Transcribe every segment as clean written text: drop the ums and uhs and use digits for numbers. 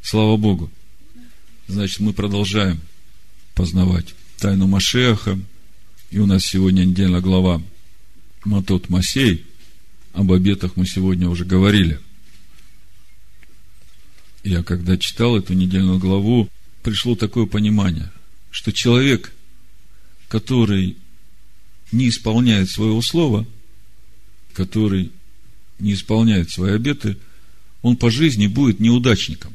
Слава Богу. Значит, мы продолжаем познавать тайну Машиаха. И у нас сегодня недельная глава Матот Мосей. Об обетах мы сегодня уже говорили. Я когда читал эту недельную главу, пришло такое понимание, что человек, который не исполняет своего слова, который не исполняет свои обеты, он по жизни будет неудачником.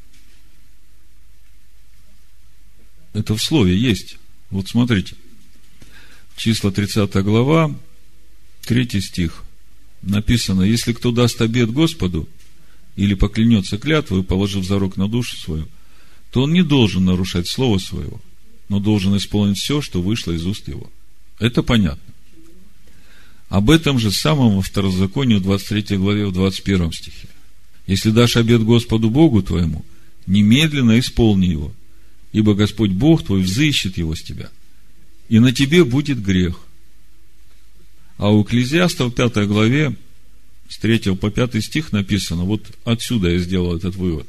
Это в слове есть. Вот смотрите. Числа 30 глава, 3 стих. Написано: если кто даст обет Господу или поклянется клятвой, положив зарок на душу свою, то он не должен нарушать слово своего, но должен исполнить все, что вышло из уст его. Это понятно. Об этом же самом во Второзаконии в 23 главе, в 21 стихе. Если дашь обет Господу Богу твоему, немедленно исполни его, ибо Господь Бог твой взыщет его с тебя, и на тебе будет грех. А у Экклезиастов в 5 главе, с 3 по 5 стих написано, вот отсюда я сделал этот вывод,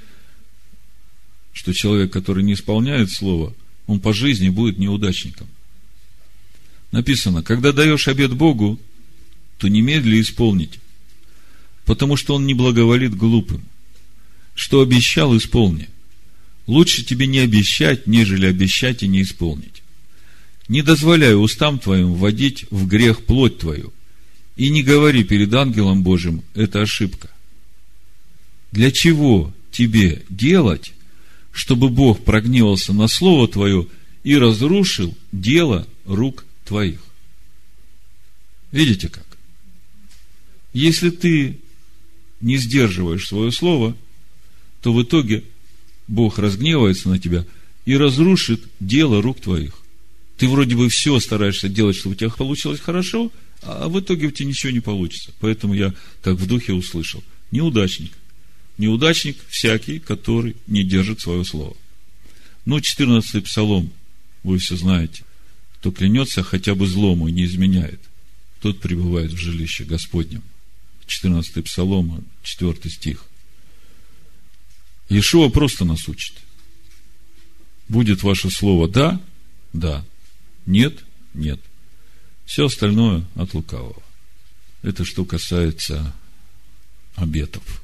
что человек, который не исполняет слово, он по жизни будет неудачником. Написано: когда даешь обет Богу, то немедли исполните, потому что он не благоволит глупым. Что обещал, исполни. Лучше тебе не обещать, нежели обещать и не исполнить. Не дозволяй устам твоим вводить в грех плоть твою, и не говори перед ангелом Божьим: это ошибка. Для чего тебе делать, чтобы Бог прогневался на слово твое и разрушил дело рук твоих? Видите как? Если ты не сдерживаешь свое слово, то в итоге Бог разгневается на тебя и разрушит дело рук твоих. Ты вроде бы все стараешься делать, чтобы у тебя получилось хорошо, а в итоге у тебя ничего не получится. Поэтому я так в духе услышал: неудачник. Неудачник всякий, который не держит свое слово. 14 псалом, вы все знаете. Кто клянется хотя бы злому и не изменяет, тот пребывает в жилище Господнем. 14 псалом, 4 стих. Иешуа просто нас учит. Будет ваше слово да, да, нет, нет. Все остальное от лукавого. Это что касается обетов.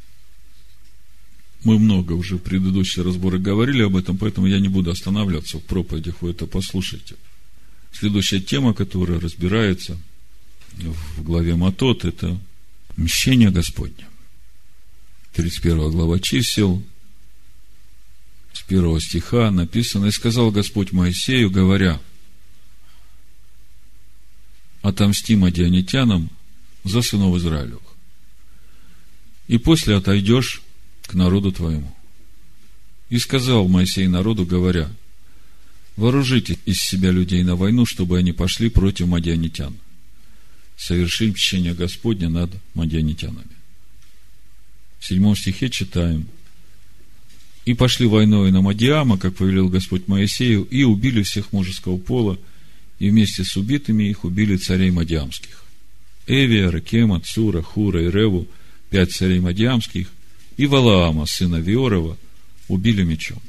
Мы много уже в предыдущие разборы говорили об этом, поэтому я не буду останавливаться в проповедях, вы это послушайте. Следующая тема, которая разбирается в главе Матот, это мщение Господне. 31 глава чисел, с 1 стиха написано: «И сказал Господь Моисею, говоря: отомсти мадианитянам за сынов Израилевых, и после отойдешь к народу твоему. И сказал Моисей народу, говоря: вооружите из себя людей на войну, чтобы они пошли против мадианитян, совершить мщение Господне над мадианитянами». В 7 стихе читаем: «И пошли войной на Мадиама, как повелел Господь Моисею, и убили всех мужеского пола, и вместе с убитыми их убили царей мадиамских: Эвия, Рекема, Цура, Хура и Реву, 5 царей мадиамских, и Валаама, сына Виорова, убили мечом».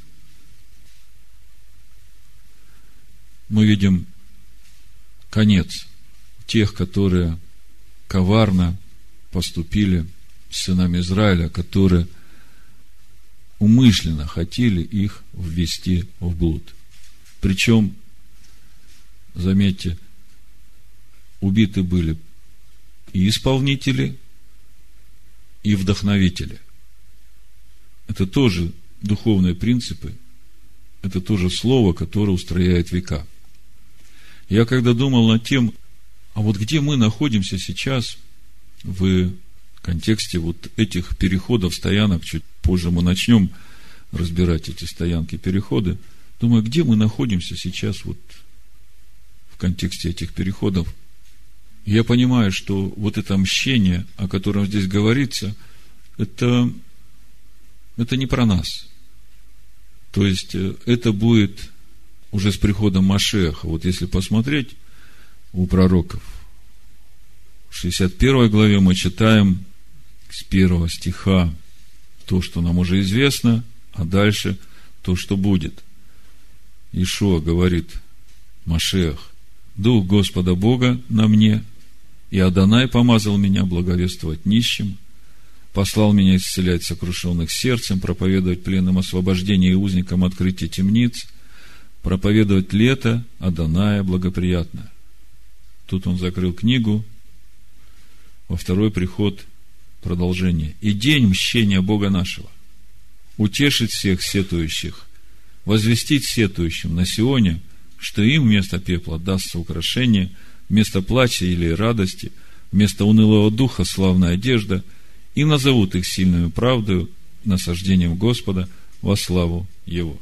Мы видим конец тех, которые коварно поступили с сынами Израиля, которые умышленно хотели их ввести в блуд. Причем, заметьте, убиты были и исполнители, и вдохновители. Это тоже духовные принципы, это тоже слово, которое устрояет века. Я когда думал над тем, а вот где мы находимся сейчас в контексте вот этих переходов, стоянок, чуть позже мы начнем разбирать эти стоянки, переходы, думаю, где мы находимся сейчас вот в контексте этих переходов. Я понимаю, что вот это мщение, о котором здесь говорится, это не про нас. То есть это будет уже с приходом Машиаха. Вот если посмотреть у пророков, в 61 главе мы читаем с 1 стиха то, что нам уже известно, а дальше то, что будет. Иешуа говорит: Машиах, Дух Господа Бога на мне, и Адонай помазал меня благовествовать нищим, послал меня исцелять сокрушенных сердцем, проповедовать пленным освобождение и узникам открытие темниц, проповедовать лето Адоная благоприятное. Тут он закрыл книгу. Во второй приход продолжение. И день мщения Бога нашего, утешить всех сетующих, возвестить сетующим на Сионе, что им вместо пепла дастся украшение, вместо плача или радости, вместо унылого духа славная одежда, и назовут их сильную правдою, насаждением Господа во славу Его.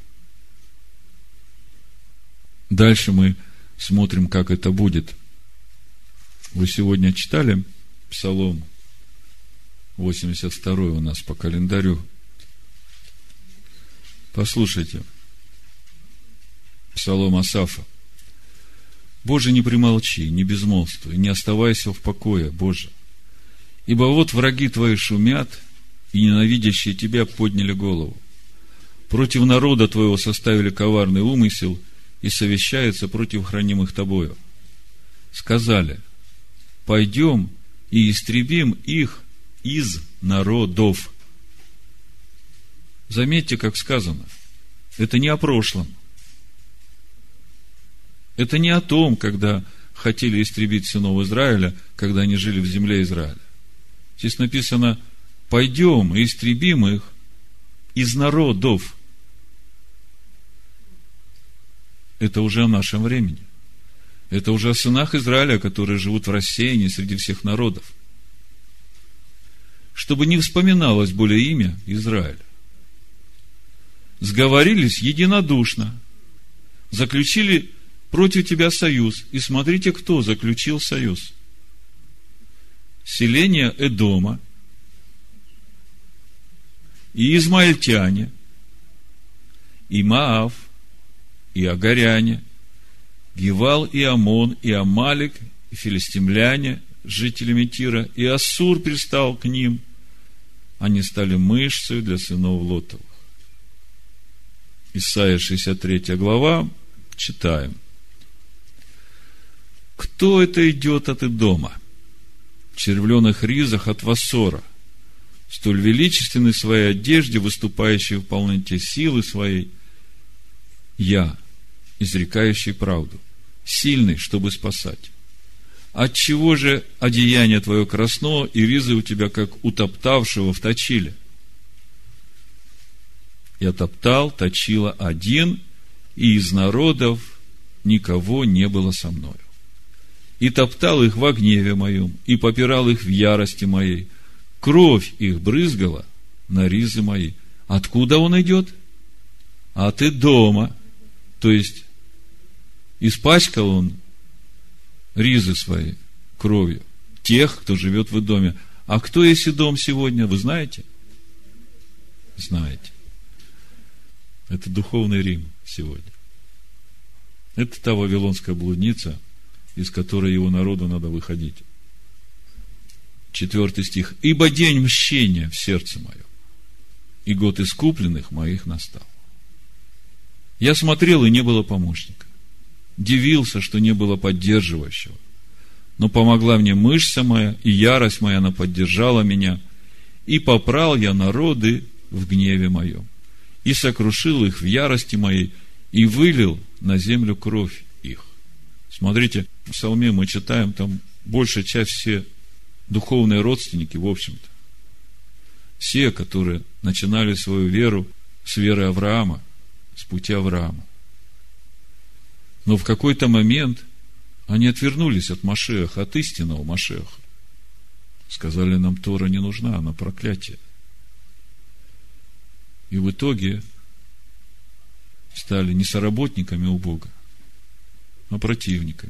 Дальше мы смотрим, как это будет. Вы сегодня читали Псалом 82 у нас по календарю. Послушайте. Псалом Асафа. «Боже, не примолчи, не безмолвствуй, не оставайся в покое, Боже. Ибо вот враги Твои шумят, и ненавидящие Тебя подняли голову. Против народа Твоего составили коварный умысел и совещаются против хранимых Тобою. Сказали: пойдем и истребим их из народов». Заметьте, как сказано. Это не о прошлом. Это не о том, когда хотели истребить сынов Израиля, когда они жили в земле Израиля. Здесь написано: пойдем и истребим их из народов. Это уже о нашем времени. Это уже о сынах Израиля, которые живут в рассеянии среди всех народов. Чтобы не вспоминалось более имя Израиля. Сговорились единодушно, заключили против тебя союз. И смотрите, кто заключил союз. Селение Эдома, и измаильтяне, и Моав, и агаряне, Гивал, и Амон, и Амалик, и филистимляне, жителями Тира, и Ассур пристал к ним. Они стали мышцей для сынов Лотовых. Исайя 63 глава, читаем. Кто это идет от Эдома? В червленых ризах от Вассора, столь величественный в своей одежде, выступающий в полноте силы своей, я, изрекающий правду, сильный, чтобы спасать. Отчего же одеяние твое красно, и ризы у тебя, как утоптавшего в точиле? Я топтал, точила один, и из народов никого не было со мною. И топтал их во гневе моем, и попирал их в ярости моей. Кровь их брызгала на ризы мои. Откуда он идет? От Эдома. То есть, испачкал он ризы свои кровью тех, кто живет в Эдоме. А кто есть Эдом сегодня, вы знаете? Знаете. Это духовный Рим сегодня. Это та вавилонская блудница, из которой его народу надо выходить. 4 стих. «Ибо день мщения в сердце моем, и год искупленных моих настал. Я смотрел, и не было помощника. Дивился, что не было поддерживающего. Но помогла мне мышца моя, и ярость моя, она поддержала меня. И попрал я народы в гневе моем, и сокрушил их в ярости моей, и вылил на землю кровь их». Смотрите, в Псалме мы читаем, там большая часть все духовные родственники, в общем-то. Все, которые начинали свою веру с веры Авраама, с пути Авраама. Но в какой-то момент они отвернулись от Машиаха, от истинного Машиаха. Сказали: нам Тора не нужна, она проклятие. И в итоге стали не соработниками у Бога, а противниками.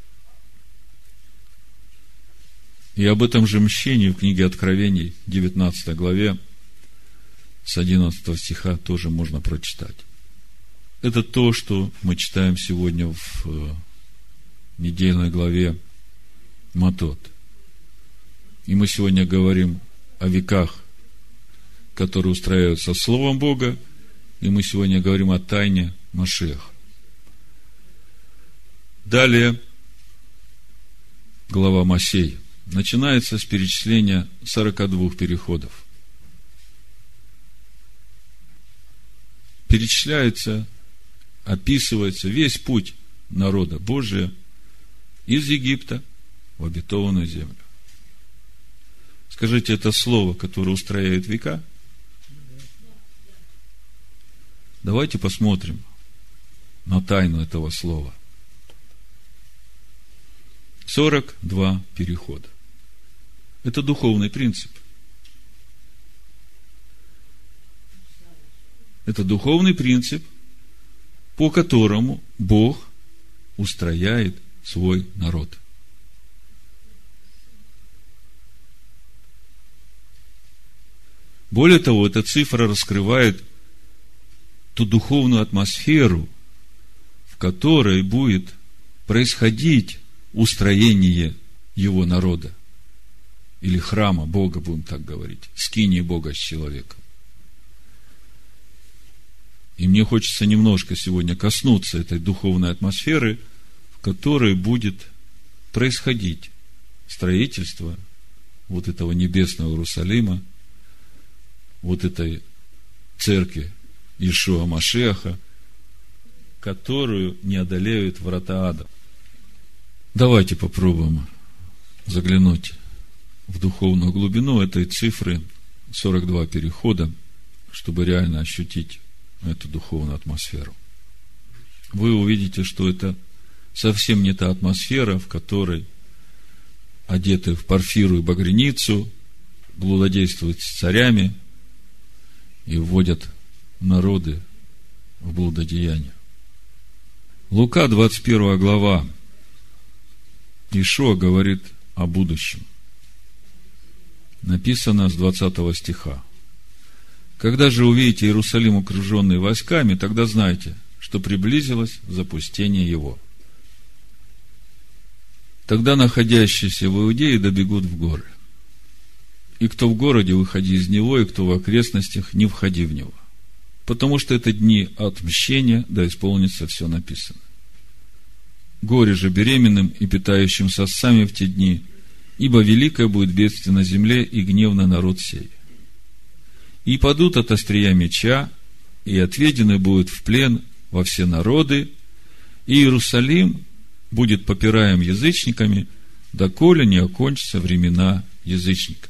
И об этом же мщении в книге Откровений, 19 главе, с 11 стиха тоже можно прочитать. Это то, что мы читаем сегодня в недельной главе Матот. И мы сегодня говорим о веках которые устраиваются Словом Бога, и мы сегодня говорим о тайне Машиаха. Далее, глава Мосей начинается с перечисления 42 переходов. Перечисляется, описывается весь путь народа Божия из Египта в обетованную землю. Скажите, это слово, которое устрояет века? Давайте посмотрим на тайну этого слова. 42 перехода. Это духовный принцип. Это духовный принцип, по которому Бог устрояет свой народ. Более того, эта цифра раскрывает ту духовную атмосферу, в которой будет происходить устроение его народа, или храма Бога, будем так говорить, скинии Бога с человеком. И мне хочется немножко сегодня коснуться этой духовной атмосферы, в которой будет происходить строительство вот этого небесного Иерусалима, вот этой церкви Иешуа Машиаха, которую не одолеют врата ада. Давайте попробуем заглянуть в духовную глубину этой цифры 42 перехода, чтобы реально ощутить эту духовную атмосферу. Вы увидите, что это совсем не та атмосфера, в которой одеты в парфиру и багряницу, блудодействуют с царями и вводят народы в блудодеяние. Лука, 21 глава. Иешуа говорит о будущем. Написано с 20 стиха. Когда же увидите Иерусалим, окруженный войсками, тогда знайте, что приблизилось запустение его. Тогда находящиеся в Иудее добегут в горы. И кто в городе, выходи из него, и кто в окрестностях, не входи в него. Потому что это дни отмщения, да исполнится все написано. Горе же беременным и питающим сосцами в те дни, ибо великое будет бедствие на земле, и гнев на народ сей. И падут от острия меча, и отведены будут в плен во все народы, и Иерусалим будет попираем язычниками, доколе не окончатся времена язычников.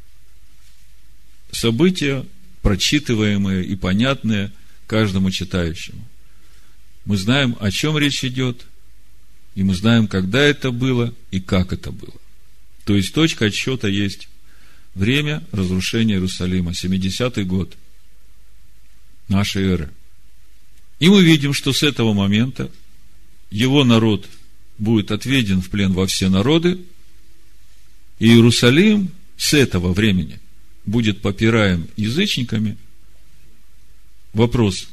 События, прочитываемые и понятные каждому читающему. Мы знаем, о чем речь идет, и мы знаем, когда это было и как это было. То есть точка отсчета есть время разрушения Иерусалима, 70-й год нашей эры. И мы видим, что с этого момента его народ будет отведен в плен во все народы, и Иерусалим с этого времени будет попираем язычниками. Вопрос.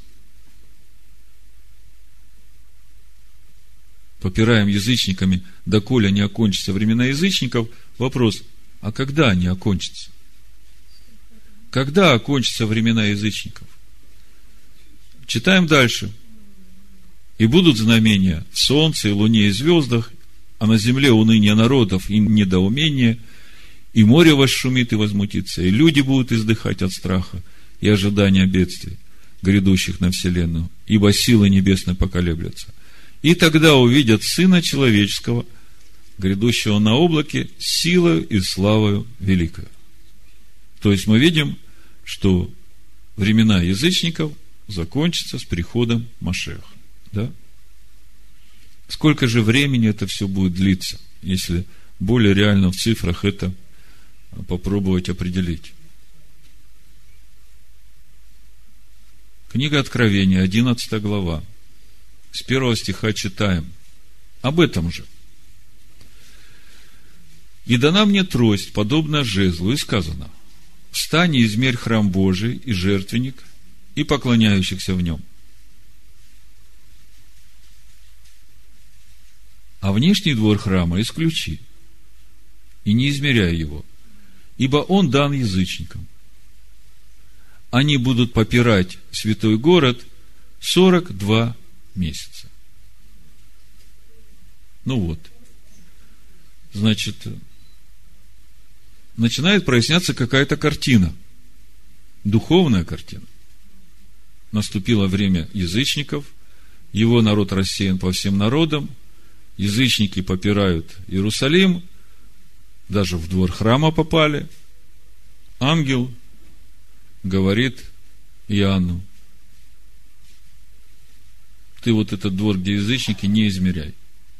Попираем язычниками, доколе не окончатся времена язычников. Вопрос. А когда они окончатся? Когда окончатся времена язычников? Читаем дальше. И будут знамения в солнце, и луне, и звездах, а на земле уныние народов и недоумение, и море восшумит и возмутится, и люди будут издыхать от страха и ожидания бедствий, грядущих на вселенную, ибо силы небесные поколеблются. И тогда увидят Сына Человеческого, грядущего на облаке, силою и славою великою. То есть мы видим, что времена язычников закончатся с приходом Машиаха. Да? Сколько же времени это все будет длиться, если более реально в цифрах это попробовать определить? Книга Откровения, 11 глава. С 1 стиха читаем об этом же. «И дана мне трость, подобная жезлу, и сказано: встань и измерь храм Божий и жертвенник, и поклоняющихся в нем. А внешний двор храма исключи, и не измеряй его, ибо он дан язычникам. они будут попирать святой город 42 месяца. Ну вот. Значит, начинает проясняться какая-то картина. Духовная картина. Наступило время язычников, его народ рассеян по всем народам, язычники попирают Иерусалим, даже в двор храма попали. Ангел говорит Иоанну: ты вот этот двор, где язычники, не измеряй.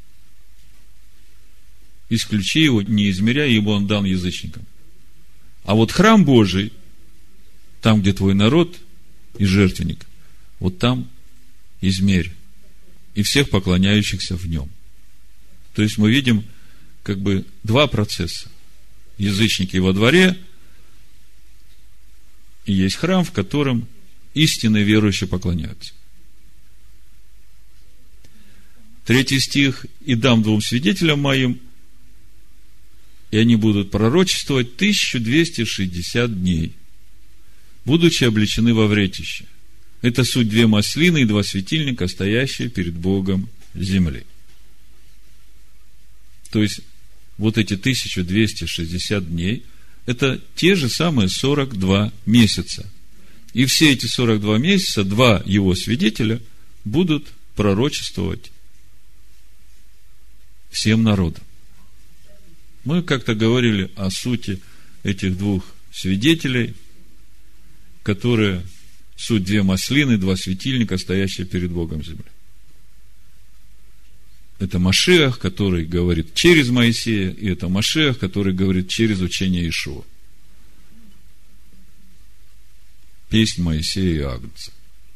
Исключи его, не измеряй, ибо он дан язычникам. А вот храм Божий, там, где твой народ и жертвенник, вот там измерь. И всех поклоняющихся в нем. То есть мы видим как бы два процесса. Язычники во дворе, и есть храм, в котором истинные верующие поклоняются. 3 стих: «И дам 2 свидетелям моим, и они будут пророчествовать 1260 дней, будучи облечены во вретище». Это суть 2 маслины и 2 светильника, стоящие перед Богом земли. То есть, вот эти 1260 дней, это те же самые 42 месяца. И все эти 42 месяца 2 его свидетеля будут пророчествовать всем народам. Мы как-то говорили о сути этих 2 свидетелей, которые суть 2 маслины, 2 светильника, стоящие перед Богом земли. Это Машиах, который говорит через Моисея, и это Машиах, который говорит через учение Иешуа. Песнь Моисея и Агнца.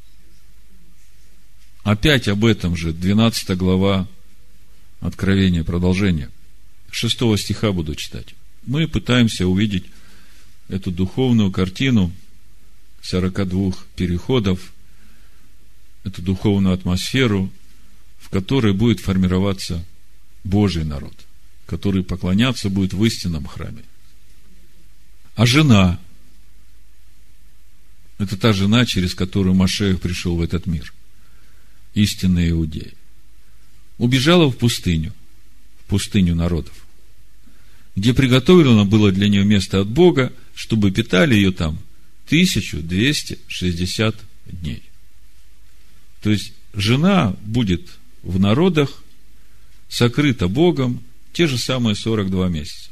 Опять об этом же 12 глава Откровения, продолжение. 6 стиха буду читать. Мы пытаемся увидеть эту духовную картину 42 переходов, эту духовную атмосферу, в которой будет формироваться Божий народ, который поклоняться будет в истинном храме. А жена – это та жена, через которую Машиах пришел в этот мир, истинные иудеи. Убежала в пустыню народов, где приготовлено было для нее место от Бога, чтобы питали ее там 1260 дней. То есть, жена будет в народах, сокрыта Богом, те же самые 42 месяца.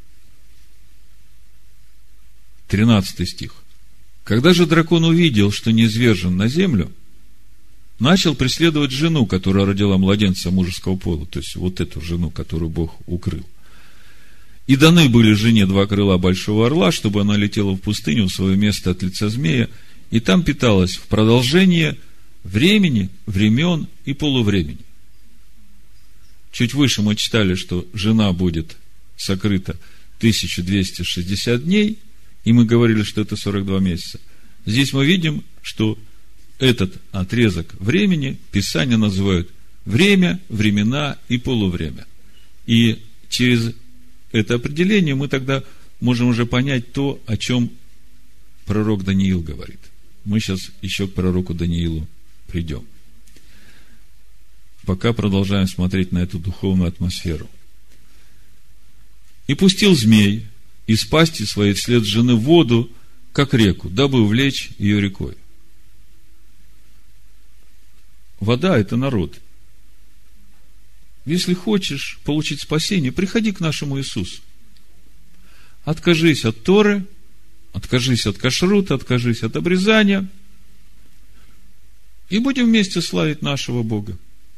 13 стих. Когда же дракон увидел, что низвержен на землю, начал преследовать жену, которая родила младенца мужеского пола, то есть вот эту жену, которую Бог укрыл. И даны были жене 2 крыла большого орла, чтобы она летела в пустыню в свое место от лица змея, и там питалась в продолжение времени, времен и полувремени. Чуть выше мы читали, что жена будет сокрыта 1260 дней, и мы говорили, что это 42 месяца. Здесь мы видим, что этот отрезок времени Писание называют время, времена и полувремя. И через это определение мы тогда можем уже понять то, о чем пророк Даниил говорит. Мы сейчас еще к пророку Даниилу придем. Пока продолжаем смотреть на эту духовную атмосферу. «И пустил змей из пасти своей вслед жены в воду, как реку, дабы увлечь ее рекой». Вода – это народ. Если хочешь получить спасение, приходи к нашему Иисусу. Откажись от Торы, откажись от кашрута, откажись от обрезания, и будем вместе славить нашего Бога.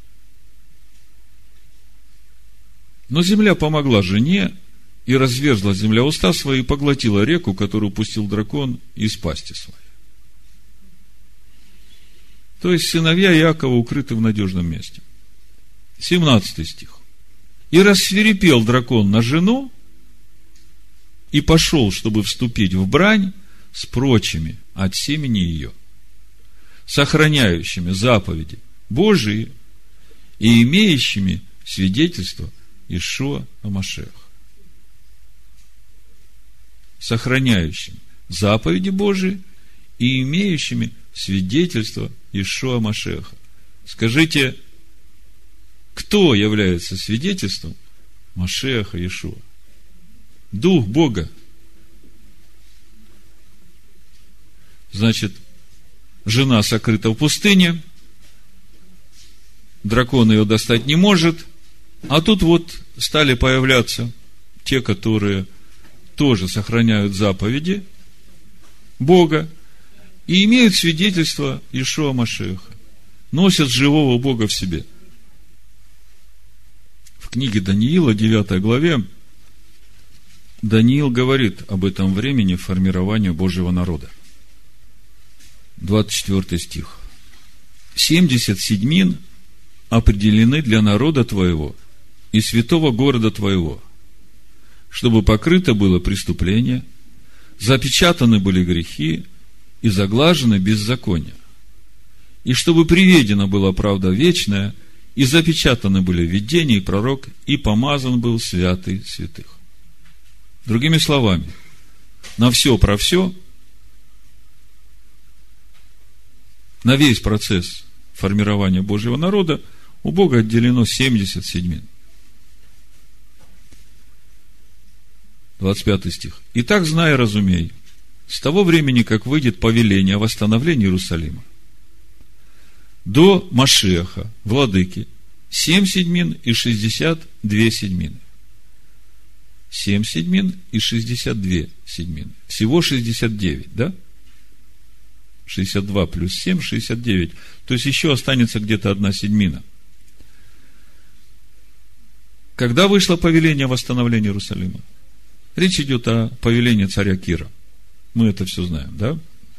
Но земля помогла жене, и разверзла земля уста свои, и поглотила реку, которую пустил дракон из пасти своей. То есть сыновья Иакова укрыты в надежном месте. 17 стих. «И рассвирепел дракон на жену, и пошел, чтобы вступить в брань с прочими от семени ее, сохраняющими заповеди Божии и имеющими свидетельство Иешуа ха-Машиах». Сохраняющими заповеди Божии и имеющими свидетельство Иешуа Машеха. Скажите, кто является свидетельством Машеха Иешуа? Дух Бога. Значит, жена сокрыта в пустыне, дракон ее достать не может, а тут вот стали появляться те, которые тоже сохраняют заповеди Бога и имеют свидетельство Иешуа Машеха, носят живого Бога в себе. В книге Даниила, 9 главе, Даниил говорит об этом времени формирования Божьего народа. 24 стих. 70 седьмин определены для народа твоего и святого города твоего, чтобы покрыто было преступление, запечатаны были грехи и заглажены беззакония, и чтобы приведена была правда вечная, и запечатаны были видения и пророк, и помазан был святый святых. Другими словами, на все про все, на весь процесс формирования Божьего народа у Бога отделено 70 седьмин. 25 стих. «Итак, знай и разумей, с того времени, как выйдет повеление о восстановлении Иерусалима, до Машеха, владыки, 7 седьмин и 62 седьмины». 7 седьмин и 62 седьмины. Всего 69, да? 62 плюс 7, 69. То есть еще останется где-то 1 седьмина. Когда вышло повеление о восстановлении Иерусалима? Речь идет о повелении царя Кира. Мы это все знаем, да?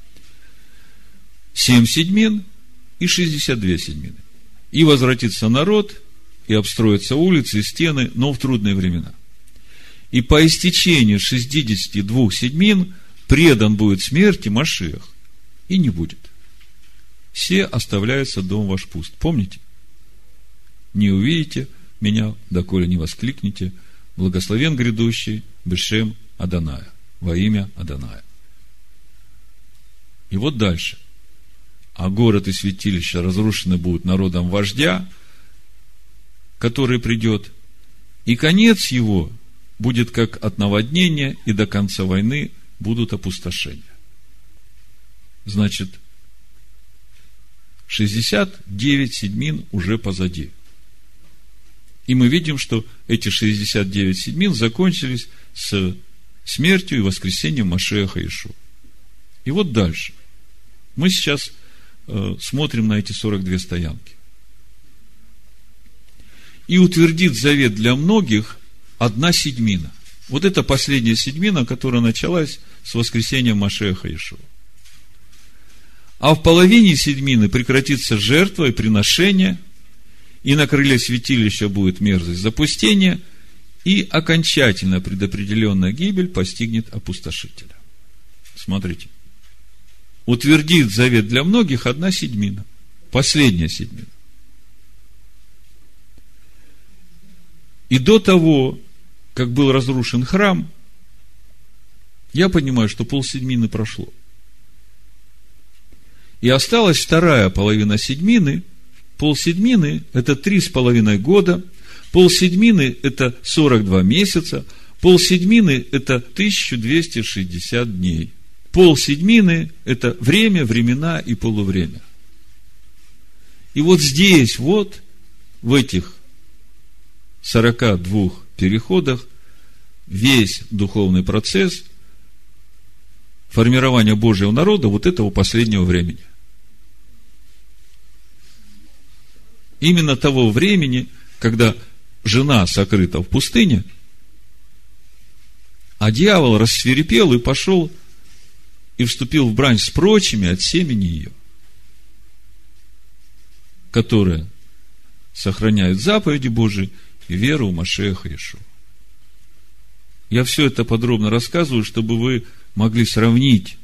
7 седьмин и 62 седьмины. И возвратится народ, и обстроятся улицы и стены, но в трудные времена. И по истечении 62 седьмин предан будет смерти Машиах, и не будет. Все оставляется дом ваш пуст. Помните? Не увидите меня, доколе не воскликнете: благословен грядущий Бешем Аданая, во имя Аданая. И вот дальше. А город и святилище разрушены будут народом вождя, который придет, и конец его будет как от наводнения, и до конца войны будут опустошения. Значит, 69 седьмин уже позади. И мы видим, что эти 69 седьмин закончились с смертью и воскресением Машеха Иешуа. И вот дальше. Мы сейчас смотрим на эти 42 стоянки. И утвердит завет для многих 1 седьмина. Вот это последняя седьмина, которая началась с воскресением Машеха Иешуа. А в половине седьмины прекратится жертва и приношение, и на крыле святилища будет мерзость запустения, и окончательно предопределенная гибель постигнет опустошителя. Смотрите. Утвердит завет для многих 1 седьмина. Последняя седьмина. И до того, как был разрушен храм, я понимаю, что полседьмины прошло. И осталась вторая половина седьмины. Полседьмины – это 3,5 года. Полседьмины – это 42 месяца. Полседьмины – это 1260 дней. Полседьмины – это время, времена и полувремя. И вот здесь, вот, в этих 42 переходах, весь духовный процесс формирования Божьего народа вот этого последнего времени. Именно того времени, когда жена сокрыта в пустыне, а дьявол рассвирепел и пошел и вступил в брань с прочими от семени ее, которые сохраняют заповеди Божии и веру в Машеха Иешуа. Я все это подробно рассказываю, чтобы вы могли сравнить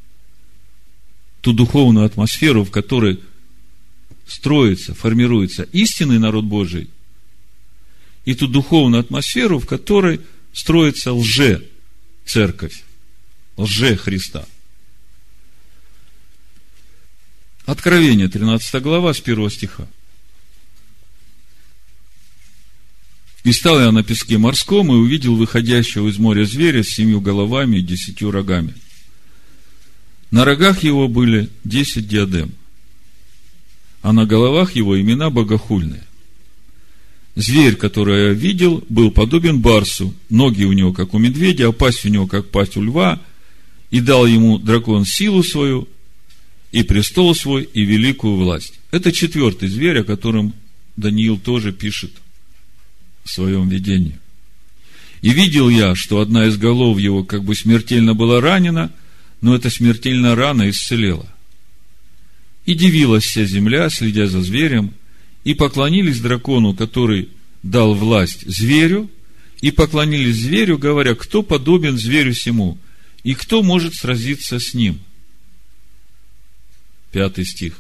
ту духовную атмосферу, в которой строится, формируется истинный народ Божий, и ту духовную атмосферу, в которой строится лже-церковь, лже-Христа. Откровение, 13 глава, с 1 стиха. «И стал я на песке морском, и увидел выходящего из моря зверя с 7 головами и 10 рогами. На рогах его были 10 диадем, а на головах его имена богохульные. Зверь, который я видел, был подобен барсу, ноги у него, как у медведя, а пасть у него, как пасть у льва, и дал ему дракон силу свою, и престол свой, и великую власть». Это 4-й зверь, о котором Даниил тоже пишет в своем видении. «И видел я, что одна из голов его как бы смертельно была ранена, но эта смертельная рана исцелела. И дивилась вся земля, следя за зверем, и поклонились дракону, который дал власть зверю, и поклонились зверю, говоря: кто подобен зверю сему, и кто может сразиться с ним?» 5 стих.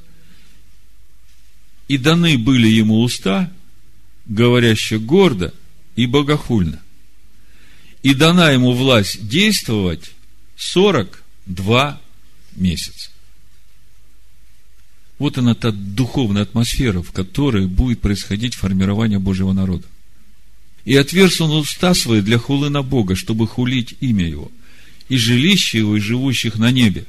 «И даны были ему уста, говорящие гордо и богохульно, и дана ему власть действовать 42 месяца». Вот она, та духовная атмосфера, в которой будет происходить формирование Божьего народа. «И отверз он уста свои для хулы на Бога, чтобы хулить имя его, и жилище его, и живущих на небе.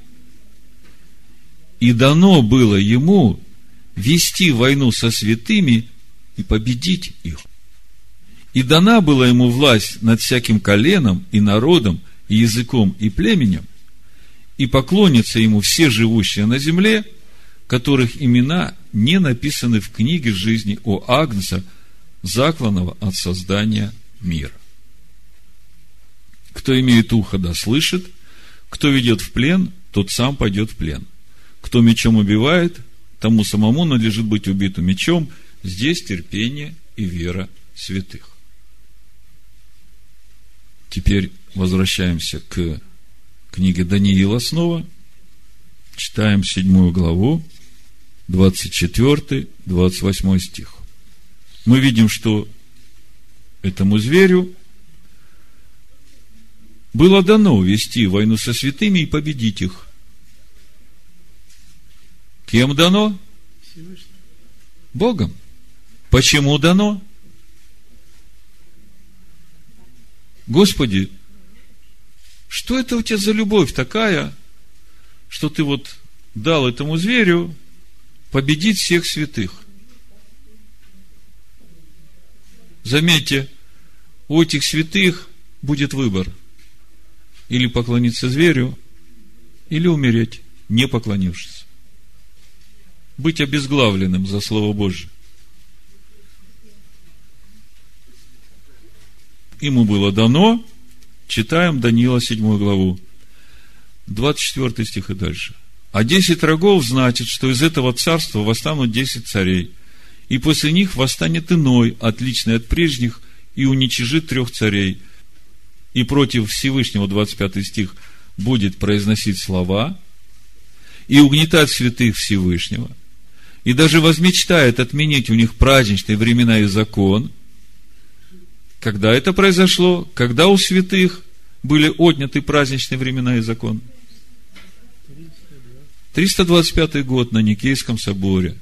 И дано было ему вести войну со святыми и победить их. И дана была ему власть над всяким коленом, и народом, и языком, и племенем, и поклонятся ему все живущие на земле, которых имена не написаны в книге жизни у Агнца, закланного от создания мира. Кто имеет ухо, да слышит, кто ведет в плен, тот сам пойдет в плен. Кто мечом убивает, тому самому надлежит быть убитым мечом. Здесь терпение и вера святых». Теперь возвращаемся к книге Даниила снова. Читаем 7 главу, 24-28 стих. Мы видим, что этому зверю было дано вести войну со святыми и победить их. Кем дано? Богом. Почему дано? Господи, что это у тебя за любовь такая, что ты вот дал этому зверю победить всех святых? Заметьте, у этих святых будет выбор: или поклониться зверю, или умереть, не поклонившись. Быть обезглавленным за Слово Божие. Ему было дано, читаем Даниила 7 главу, 24 стих и дальше. «А 10 рогов значит, что из этого царства восстанут 10 царей, и после них восстанет иной, отличный от прежних, и уничижит 3 царей, и против Всевышнего», 25 стих, «будет произносить слова, и угнетать святых Всевышнего, и даже возмечтает отменить у них праздничные времена и закон». Когда это произошло? Когда у святых были отняты праздничные времена и закон? 325 год на Никейском соборе.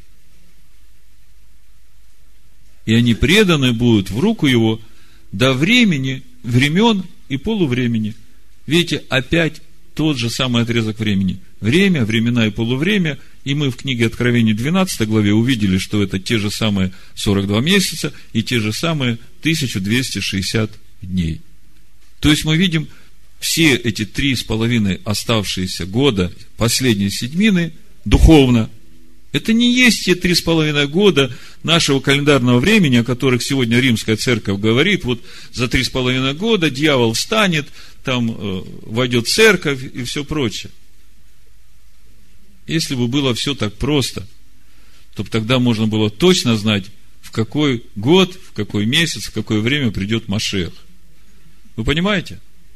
И они преданы будут в руку его до времени, времен и полувремени. Видите, опять тот же самый отрезок времени. Время, времена и полувремя. И мы в книге Откровения 12 главе увидели, что это те же самые 42 месяца и те же самые 1260 дней. То есть мы видим, все эти 3,5 оставшиеся года, последние седьмины, духовно, это не есть те 3,5 года нашего календарного времени, о которых сегодня Римская Церковь говорит. Вот за 3,5 года дьявол встанет, там войдет церковь и все прочее. Если бы было все так просто, то тогда можно было точно знать, в какой год, в какой месяц, в какое время придет Машиах. Вы понимаете?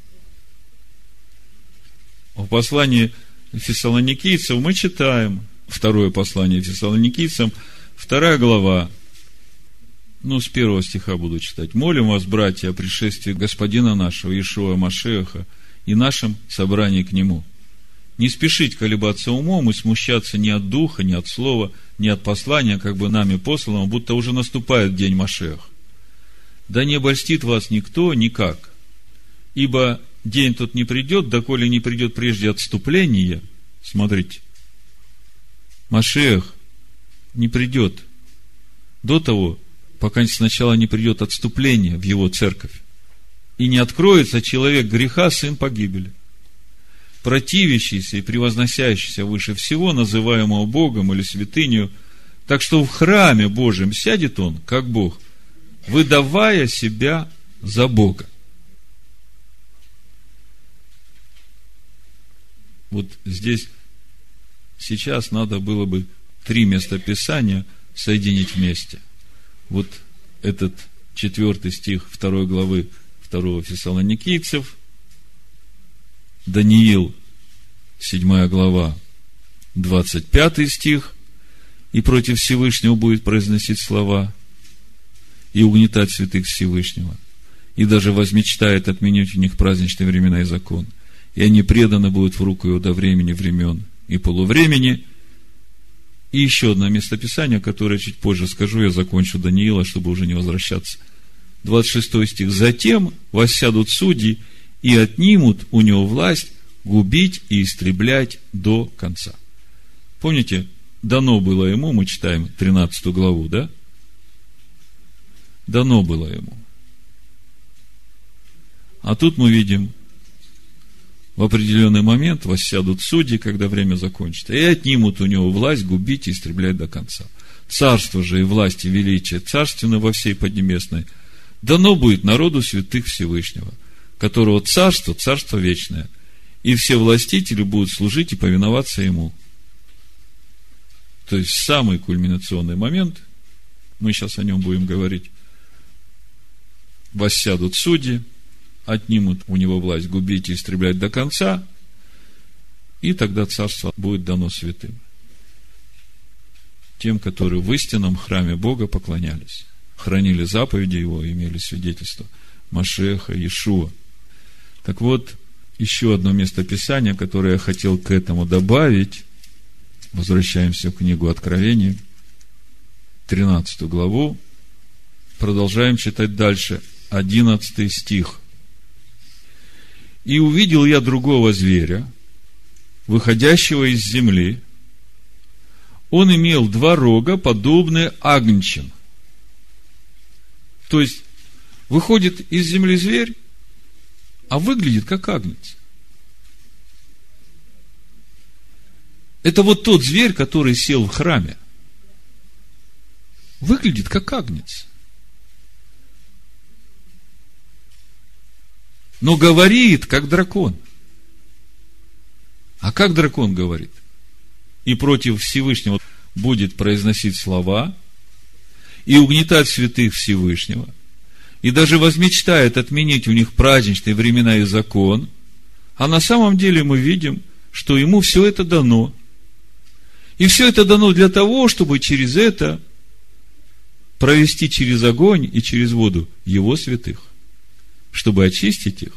В послании Фессалоникийцам мы читаем, второе послание Фессалоникийцам, 2 глава, с 1 стиха буду читать. «Молим вас, братья, о пришествии Господина нашего Иешуа Машиаха и нашем собрании к Нему. не спешить колебаться умом и смущаться ни от духа, ни от слова, ни от послания, как бы нами посланного, будто уже наступает день Машиах. Да не обольстит вас никто никак, ибо день тот не придет, доколе не придет прежде отступление. Смотрите, Машиах не придет до того, пока сначала не придет отступление в его церковь, и не откроется человек греха, сын погибели, противящийся и превозносящийся выше всего, называемого Богом или святынею, так что в храме Божьем сядет он, как Бог, выдавая себя за Бога. Вот здесь сейчас надо было бы 3 местописания соединить вместе. Вот этот 4 стих 2 главы 2 Фессалоникийцев, Даниил, 7 глава, 25 стих, и против Всевышнего будет произносить слова и угнетать святых Всевышнего, и даже возмечтает отменить у них праздничные времена и закон, и они преданы будут в руку его до времени времен и полувремени. И еще одно местописание, которое чуть позже скажу, я закончу Даниила, чтобы уже не возвращаться. 26 стих. «Затем воссядут судьи и отнимут у него власть губить и истреблять до конца». Помните, дано было ему, мы читаем 13 главу, да? Дано было ему. А тут мы видим, в определенный момент воссядут судьи, когда время закончится, и отнимут у него власть губить и истреблять до конца. Царство же и власть и величие царственны во всей Поднебесной дано будет народу святых Всевышнего, которого царство вечное, и все властители будут служить и повиноваться ему. То есть, самый кульминационный момент, мы сейчас о нем будем говорить, воссядут судьи, отнимут у него власть губить и истреблять до конца, и тогда царство будет дано святым, тем, которые в истинном храме Бога поклонялись, хранили заповеди его, имели свидетельство Машиаха, Иешуа. Так вот, еще одно местописание, которое я хотел к этому добавить. Возвращаемся в книгу Откровения, 13 главу, продолжаем читать дальше, 11 стих. «И увидел я другого зверя, выходящего из земли. Он имел 2 рога, подобные агнчим». То есть, выходит из земли зверь, а выглядит как агнец. Это вот тот зверь, который сел в храме. Выглядит как агнец. Но говорит, как дракон. А как дракон говорит? И против Всевышнего будет произносить слова, и угнетать святых Всевышнего, и даже возмечтает отменить у них праздничные времена и закон, а на самом деле мы видим, что ему все это дано. И все это дано для того, чтобы через это провести через огонь и через воду его святых, чтобы очистить их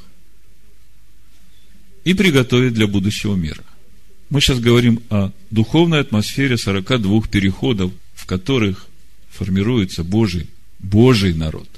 и приготовить для будущего мира. Мы сейчас говорим о духовной атмосфере 42 переходов, в которых формируется Божий народ.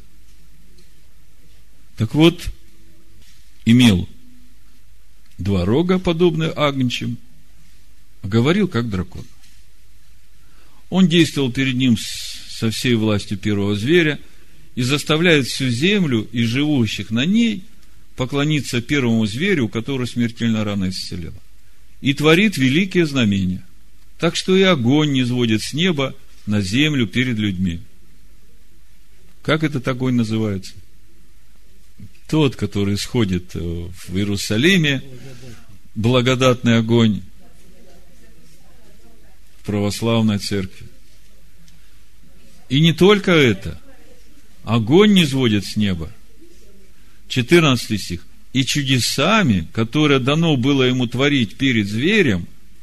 Так вот, имел 2 рога, подобные агнчим, говорил как дракон. Он действовал перед ним со всей властью первого зверя и заставляет всю землю и живущих на ней поклониться первому зверю, у которого смертельная рана исцелела. И творит великие знамения, так что и огонь низводит с неба на землю перед людьми. Как этот огонь называется? Тот, который сходит в Иерусалиме, благодатный огонь в православной церкви. И не только это. Огонь низводит с неба. 14 стих. И чудесами, которые дано было ему творить перед зверем,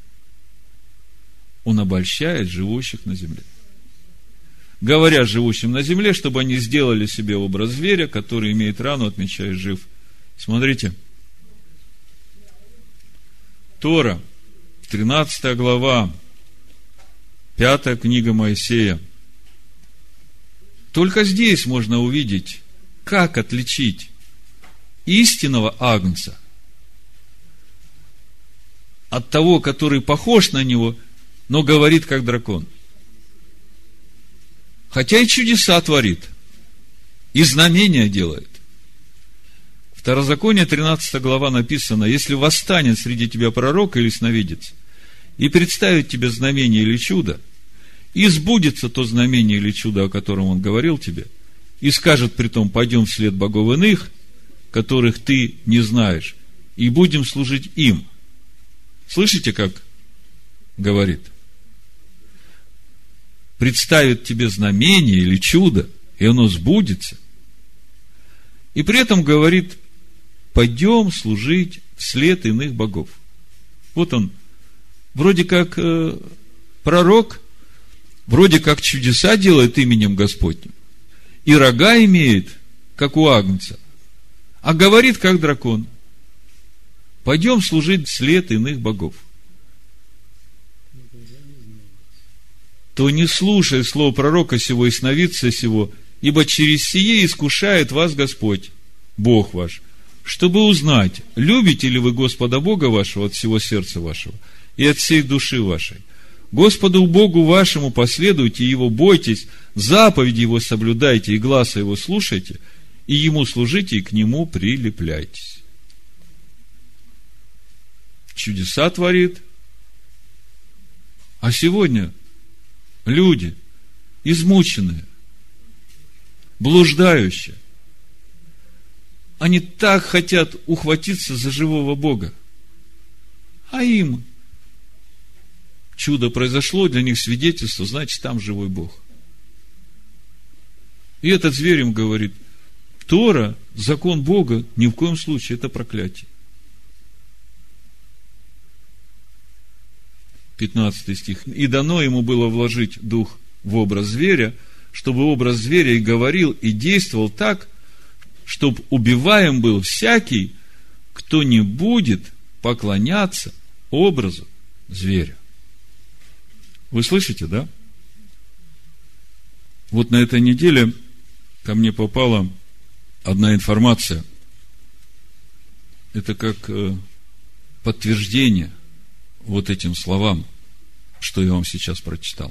он обольщает живущих на земле. Говоря живущим на земле, чтобы они сделали себе образ зверя, который имеет рану, отмечая жив. Смотрите. Тора, 13 глава, 5 книга Моисея. Только здесь можно увидеть, как отличить истинного агнца от того, который похож на него, но говорит как дракон. Хотя и чудеса творит, и знамения делает. Второзаконие, 13 глава написано: если восстанет среди тебя пророк или сновидец, и представит тебе знамение или чудо, и сбудется то знамение или чудо, о котором он говорил тебе, и скажет притом: пойдем вслед богов иных, которых ты не знаешь, и будем служить им. Слышите, как говорит? Представит тебе знамение или чудо, и оно сбудется. И при этом говорит: пойдем служить вслед иных богов. Вот он, вроде как пророк, вроде как чудеса делает именем Господним, и рога имеет, как у агнца, а говорит, как дракон. Пойдем служить вслед иных богов. То не слушай слов пророка сего и сновидца сего, ибо через сие искушает вас Господь, Бог ваш, чтобы узнать, любите ли вы Господа Бога вашего от всего сердца вашего и от всей души вашей. Господу Богу вашему последуйте, Его бойтесь, заповеди Его соблюдайте и гласа Его слушайте, и Ему служите, и к Нему прилепляйтесь. Чудеса творит. А сегодня люди измученные, блуждающие, они так хотят ухватиться за живого Бога, а им чудо произошло, для них свидетельство, значит, там живой Бог. И этот зверь им говорит: Тора, закон Бога, ни в коем случае, это проклятие. 15 стих. И дано ему было вложить дух в образ зверя, чтобы образ зверя и говорил, и действовал так, чтобы убиваем был всякий, кто не будет поклоняться образу зверя. Вы слышите, да? Вот на этой неделе ко мне попала одна информация. Это как подтверждение вот этим словам, что я вам сейчас прочитал.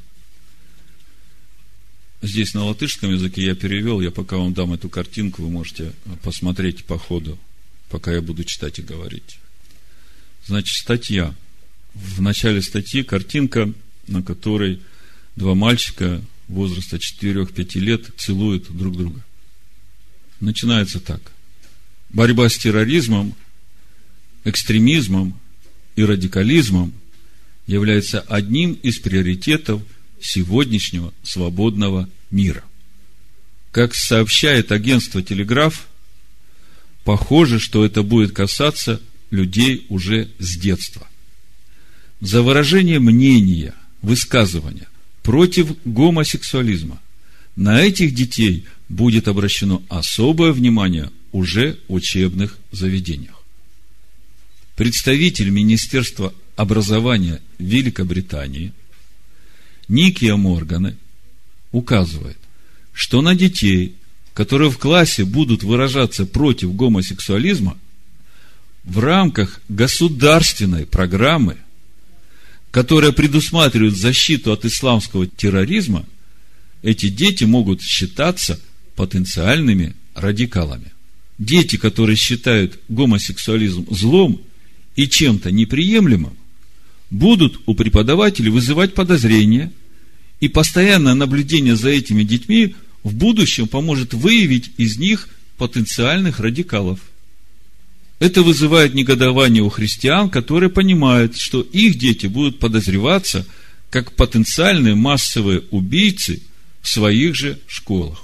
Здесь на латышском языке я перевел, я пока вам дам эту картинку, вы можете посмотреть по ходу, пока я буду читать и говорить. Значит, статья. В начале статьи картинка, на которой два мальчика возраста 4-5 лет целуют друг друга. Начинается так. Борьба с терроризмом, экстремизмом и радикализмом является одним из приоритетов сегодняшнего свободного мира. Как сообщает агентство «Телеграф», похоже, что это будет касаться людей уже с детства. За выражение мнения, высказывания против гомосексуализма на этих детей будет обращено особое внимание уже в учебных заведениях. Представитель Министерства образования Великобритании Никия Морганы указывает, что на детей, которые в классе будут выражаться против гомосексуализма, в рамках государственной программы, которая предусматривает защиту от исламского терроризма, эти дети могут считаться потенциальными радикалами. Дети, которые считают гомосексуализм злом и чем-то неприемлемым, будут у преподавателей вызывать подозрения, и постоянное наблюдение за этими детьми в будущем поможет выявить из них потенциальных радикалов. Это вызывает негодование у христиан, которые понимают, что их дети будут подозреваться как потенциальные массовые убийцы в своих же школах.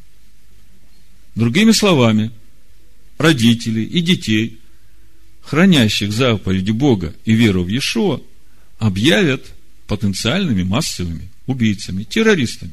Другими словами, родителей и детей, хранящих заповеди Бога и веру в Иешуа, объявят потенциальными массовыми убийцами, террористами.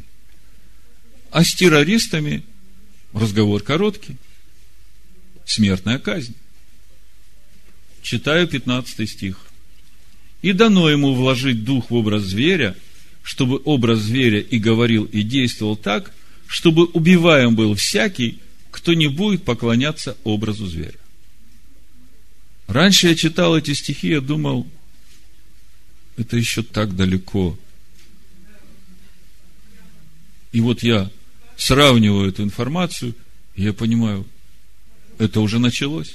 А с террористами разговор короткий. Смертная казнь. читаю 15 стих. «И дано ему вложить дух в образ зверя, чтобы образ зверя и говорил, и действовал так, чтобы убиваем был всякий, кто не будет поклоняться образу зверя». Раньше я читал эти стихи, я думал, это еще так далеко. И вот я сравниваю эту информацию, и я понимаю, это уже началось.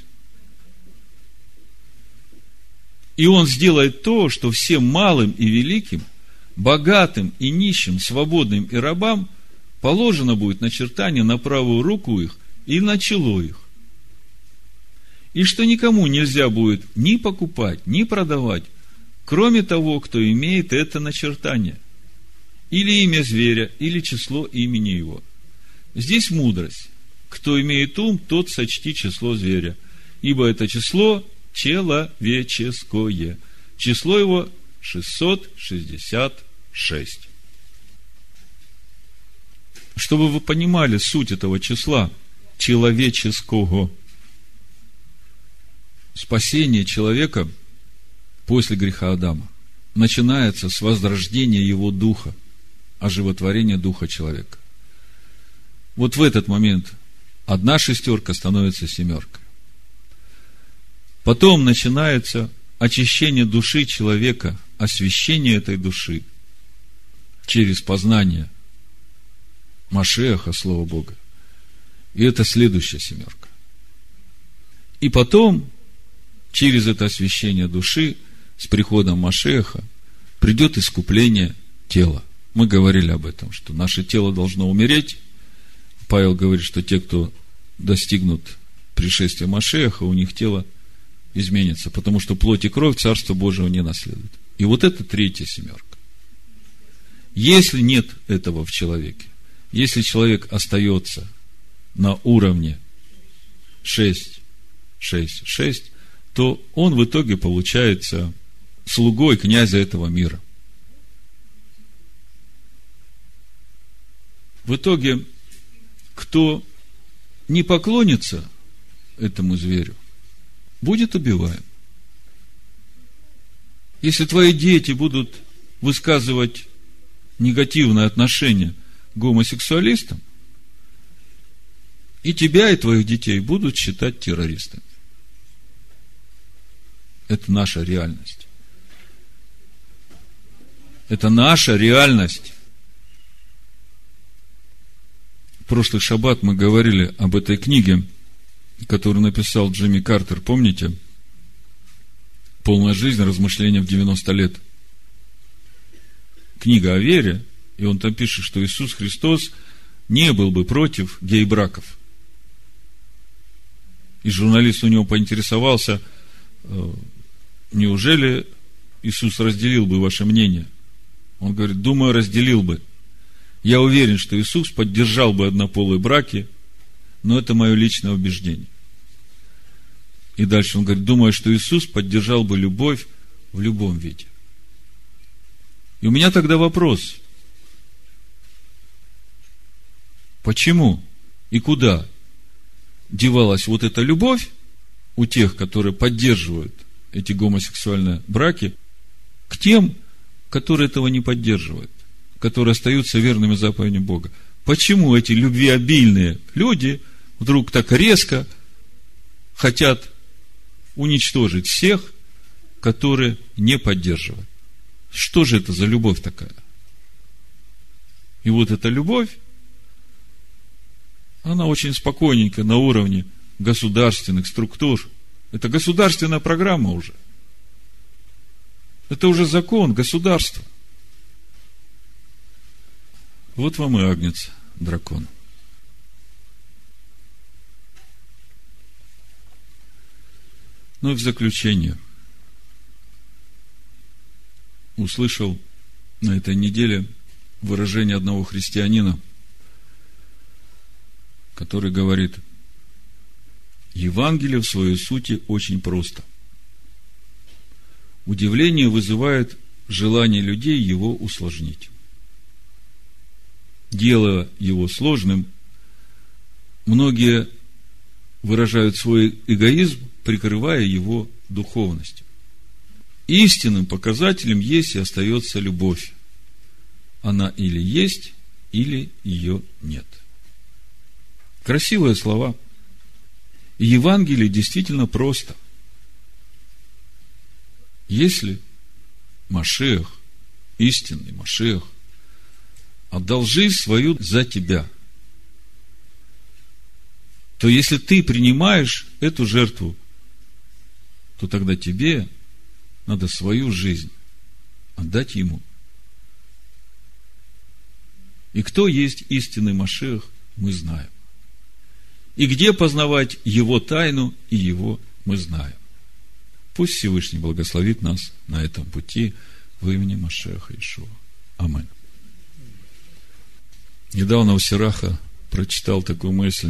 И он сделает то, что всем малым и великим, богатым и нищим, свободным и рабам положено будет начертание на правую руку их и на чело их. И что никому нельзя будет ни покупать, ни продавать, кроме того, кто имеет это начертание, или имя зверя, или число имени его. Здесь мудрость. Кто имеет ум, тот сочти число зверя, ибо это число человеческое. Число его 666. Чтобы вы понимали суть этого числа человеческого, спасение человека после греха Адама начинается с возрождения его духа, оживотворения духа человека. Вот в этот момент 1 шестерка становится 7. Потом начинается очищение души человека, освящение этой души через познание Машиаха, Слова Бога. И это следующая 7. И потом, через это освящение души, с приходом Машиаха, придет искупление тела. Мы говорили об этом, что наше тело должно умереть. Павел говорит, что те, кто достигнут пришествия Машиаха, у них тело изменится, потому что плоть и кровь Царства Божьего не наследуют. И вот это 3 семерка. Если нет этого в человеке, если человек остается на уровне 6, 6, 6, то он в итоге получается слугой князя этого мира. В итоге, кто не поклонится этому зверю, будет убиваем. Если твои дети будут высказывать негативное отношение к гомосексуалистам, и тебя, и твоих детей будут считать террористами. Это наша реальность. Это наша реальность. В прошлый шаббат мы говорили об этой книге, которую написал Джимми Картер, помните? «Полная жизнь. Размышления в 90 лет». Книга о вере, и он там пишет, что Иисус Христос не был бы против гей-браков. И журналист у него поинтересовался, неужели Иисус разделил бы ваше мнение? Он говорит, думаю, разделил бы. Я уверен, что Иисус поддержал бы однополые браки, но это мое личное убеждение. И дальше он говорит, думаю, что Иисус поддержал бы любовь в любом виде. И у меня тогда вопрос. Почему и куда девалась вот эта любовь у тех, которые поддерживают эти гомосексуальные браки, к тем, которые этого не поддерживают, которые остаются верными заповедям Бога? Почему эти любвеобильные люди вдруг так резко хотят уничтожить всех, которые не поддерживают? Что же это за любовь такая? И вот эта любовь, она очень спокойненько на уровне государственных структур. Это государственная программа уже. Это уже закон государства. Вот вам и агнец, дракон. Ну и в заключение. Услышал на этой неделе выражение одного христианина, который говорит, Евангелие в своей сути очень просто. Удивление вызывает желание людей его усложнить. Делая его сложным, многие выражают свой эгоизм, прикрывая его духовностью. Истинным показателем есть и остается любовь. Она или есть, или ее нет. Красивые слова. И Евангелие действительно просто. Если Машиах, истинный Машиах, отдал жизнь свою за тебя, то если ты принимаешь эту жертву, то тогда тебе надо свою жизнь отдать Ему. И кто есть истинный Машиах, мы знаем. И где познавать Его тайну и Его мы знаем. Пусть Всевышний благословит нас на этом пути в имени Машиаха Иешуа. Аминь. Недавно у Сираха прочитал такую мысль.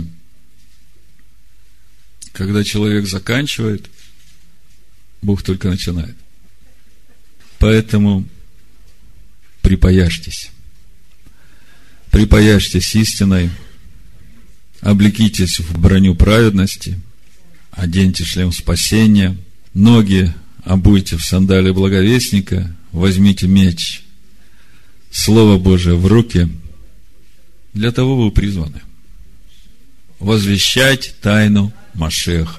Когда человек заканчивает, Бог только начинает. Поэтому припаяшьтесь. Припаяшьтесь истиной, облекитесь в броню праведности, оденьте шлем спасения, ноги обуйте в сандали благовестника, возьмите меч, Слово Божие в руки. Для того вы призваны. Возвещать тайну Машиаха.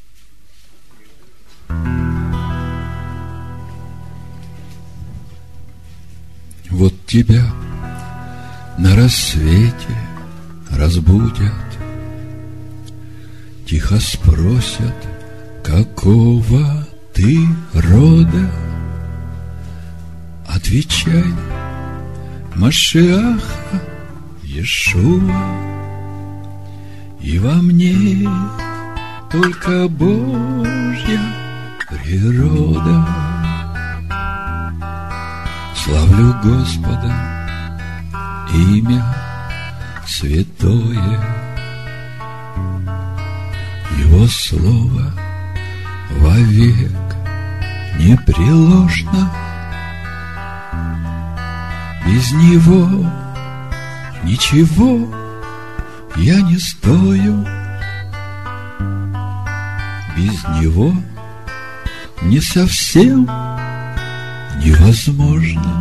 Вот тебя на рассвете разбудят, тихо спросят, какого ты рода. Отвечай: Машиаха Иешуа, и во мне только Божья природа. Славлю Господа, имя святое, Его слово вовек непреложно. Без Него ничего я не стою, без Него не совсем невозможно.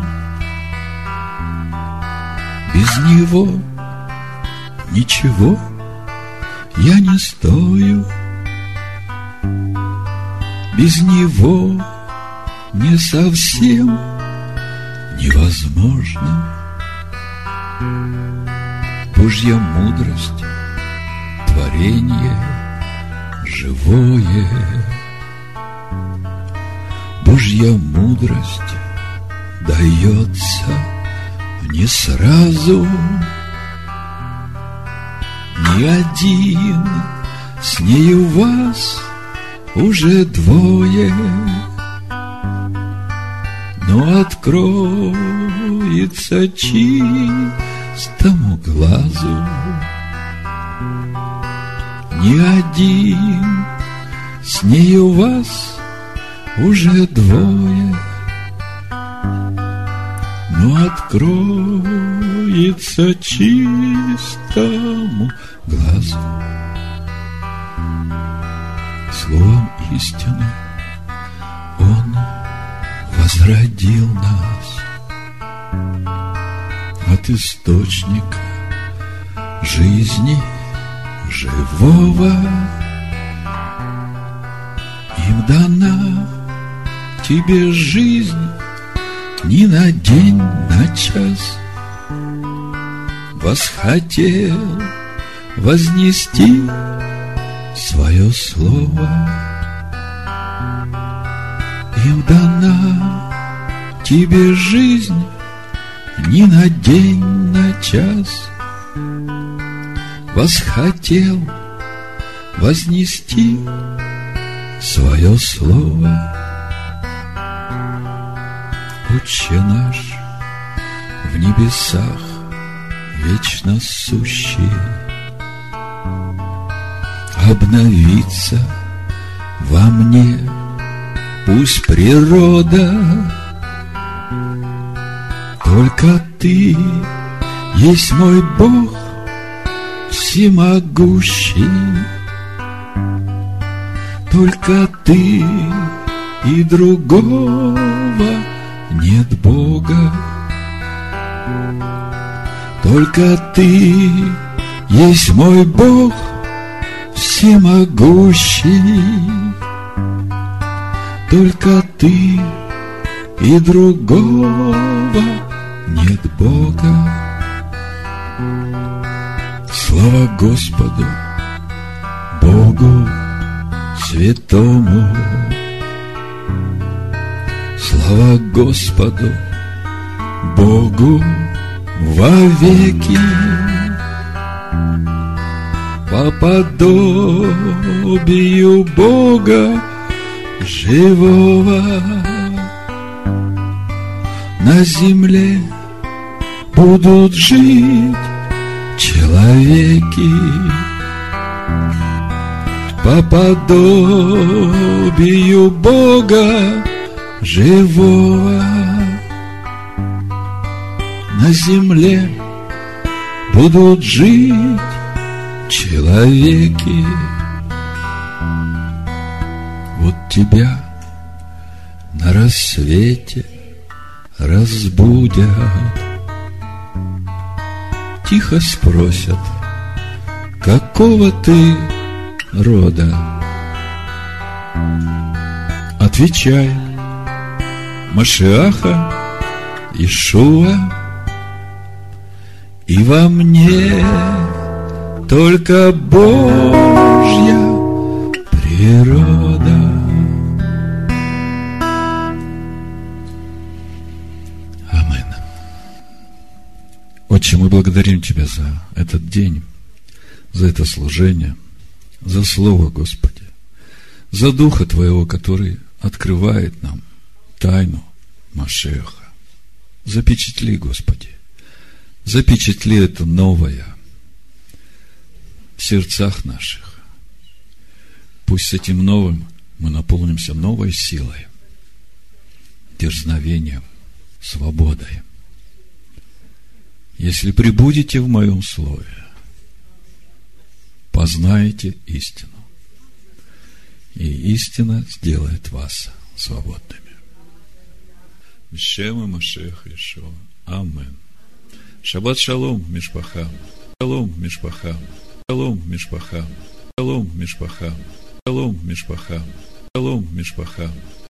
Без Него ничего я не стою, без Него не совсем невозможно. Божья мудрость, творение живое. Божья мудрость дается не сразу. Ни один, с нею вас уже двое. Но откроется чистому глазу. Ни один, с нею вас уже двое. Но откроется чистому глазу. Словом истины Он возродил нас от источника жизни живого. Им дана тебе жизнь не на день, на час. Восхотел вознести свое слово. Им дана тебе жизнь не на день, на час. Восхотел вознести свое слово. Отче наш в небесах вечно сущий, обновится во мне пусть природа. Только Ты есть мой Бог всемогущий. только ты, и другого нет Бога. Только ты есть мой Бог всемогущий. Только ты, и другого нет Бога. Слава Господу, Богу святому. Слава Господу, Богу вовеки. По подобию Бога живого на земле будут жить человеки. По подобию Бога живого на земле будут жить человеки. Вот тебя на рассвете разбудят, тихо спросят, какого ты рода. Отвечай: Машиаха Иешуа. И во мне только Божья природа. Амин. Отче, мы благодарим Тебя за этот день, за это служение, за Слово, Господи, за Духа Твоего, который открывает нам тайну Машиаха. Запечатли, Господи, запечатли это новое в сердцах наших. Пусть с этим новым мы наполнимся новой силой, дерзновением, свободой. Если пребудете в моем слове, познаете истину, и истина сделает вас свободными. Б'Шем Машиах Иешуа. Амин. Шаббат шалом, мишпахам. Шалом, мишпахам. Шалом, мишпахам. Шалом, мишпахам. Шалом, мишпахам. Шалом, мишпахам.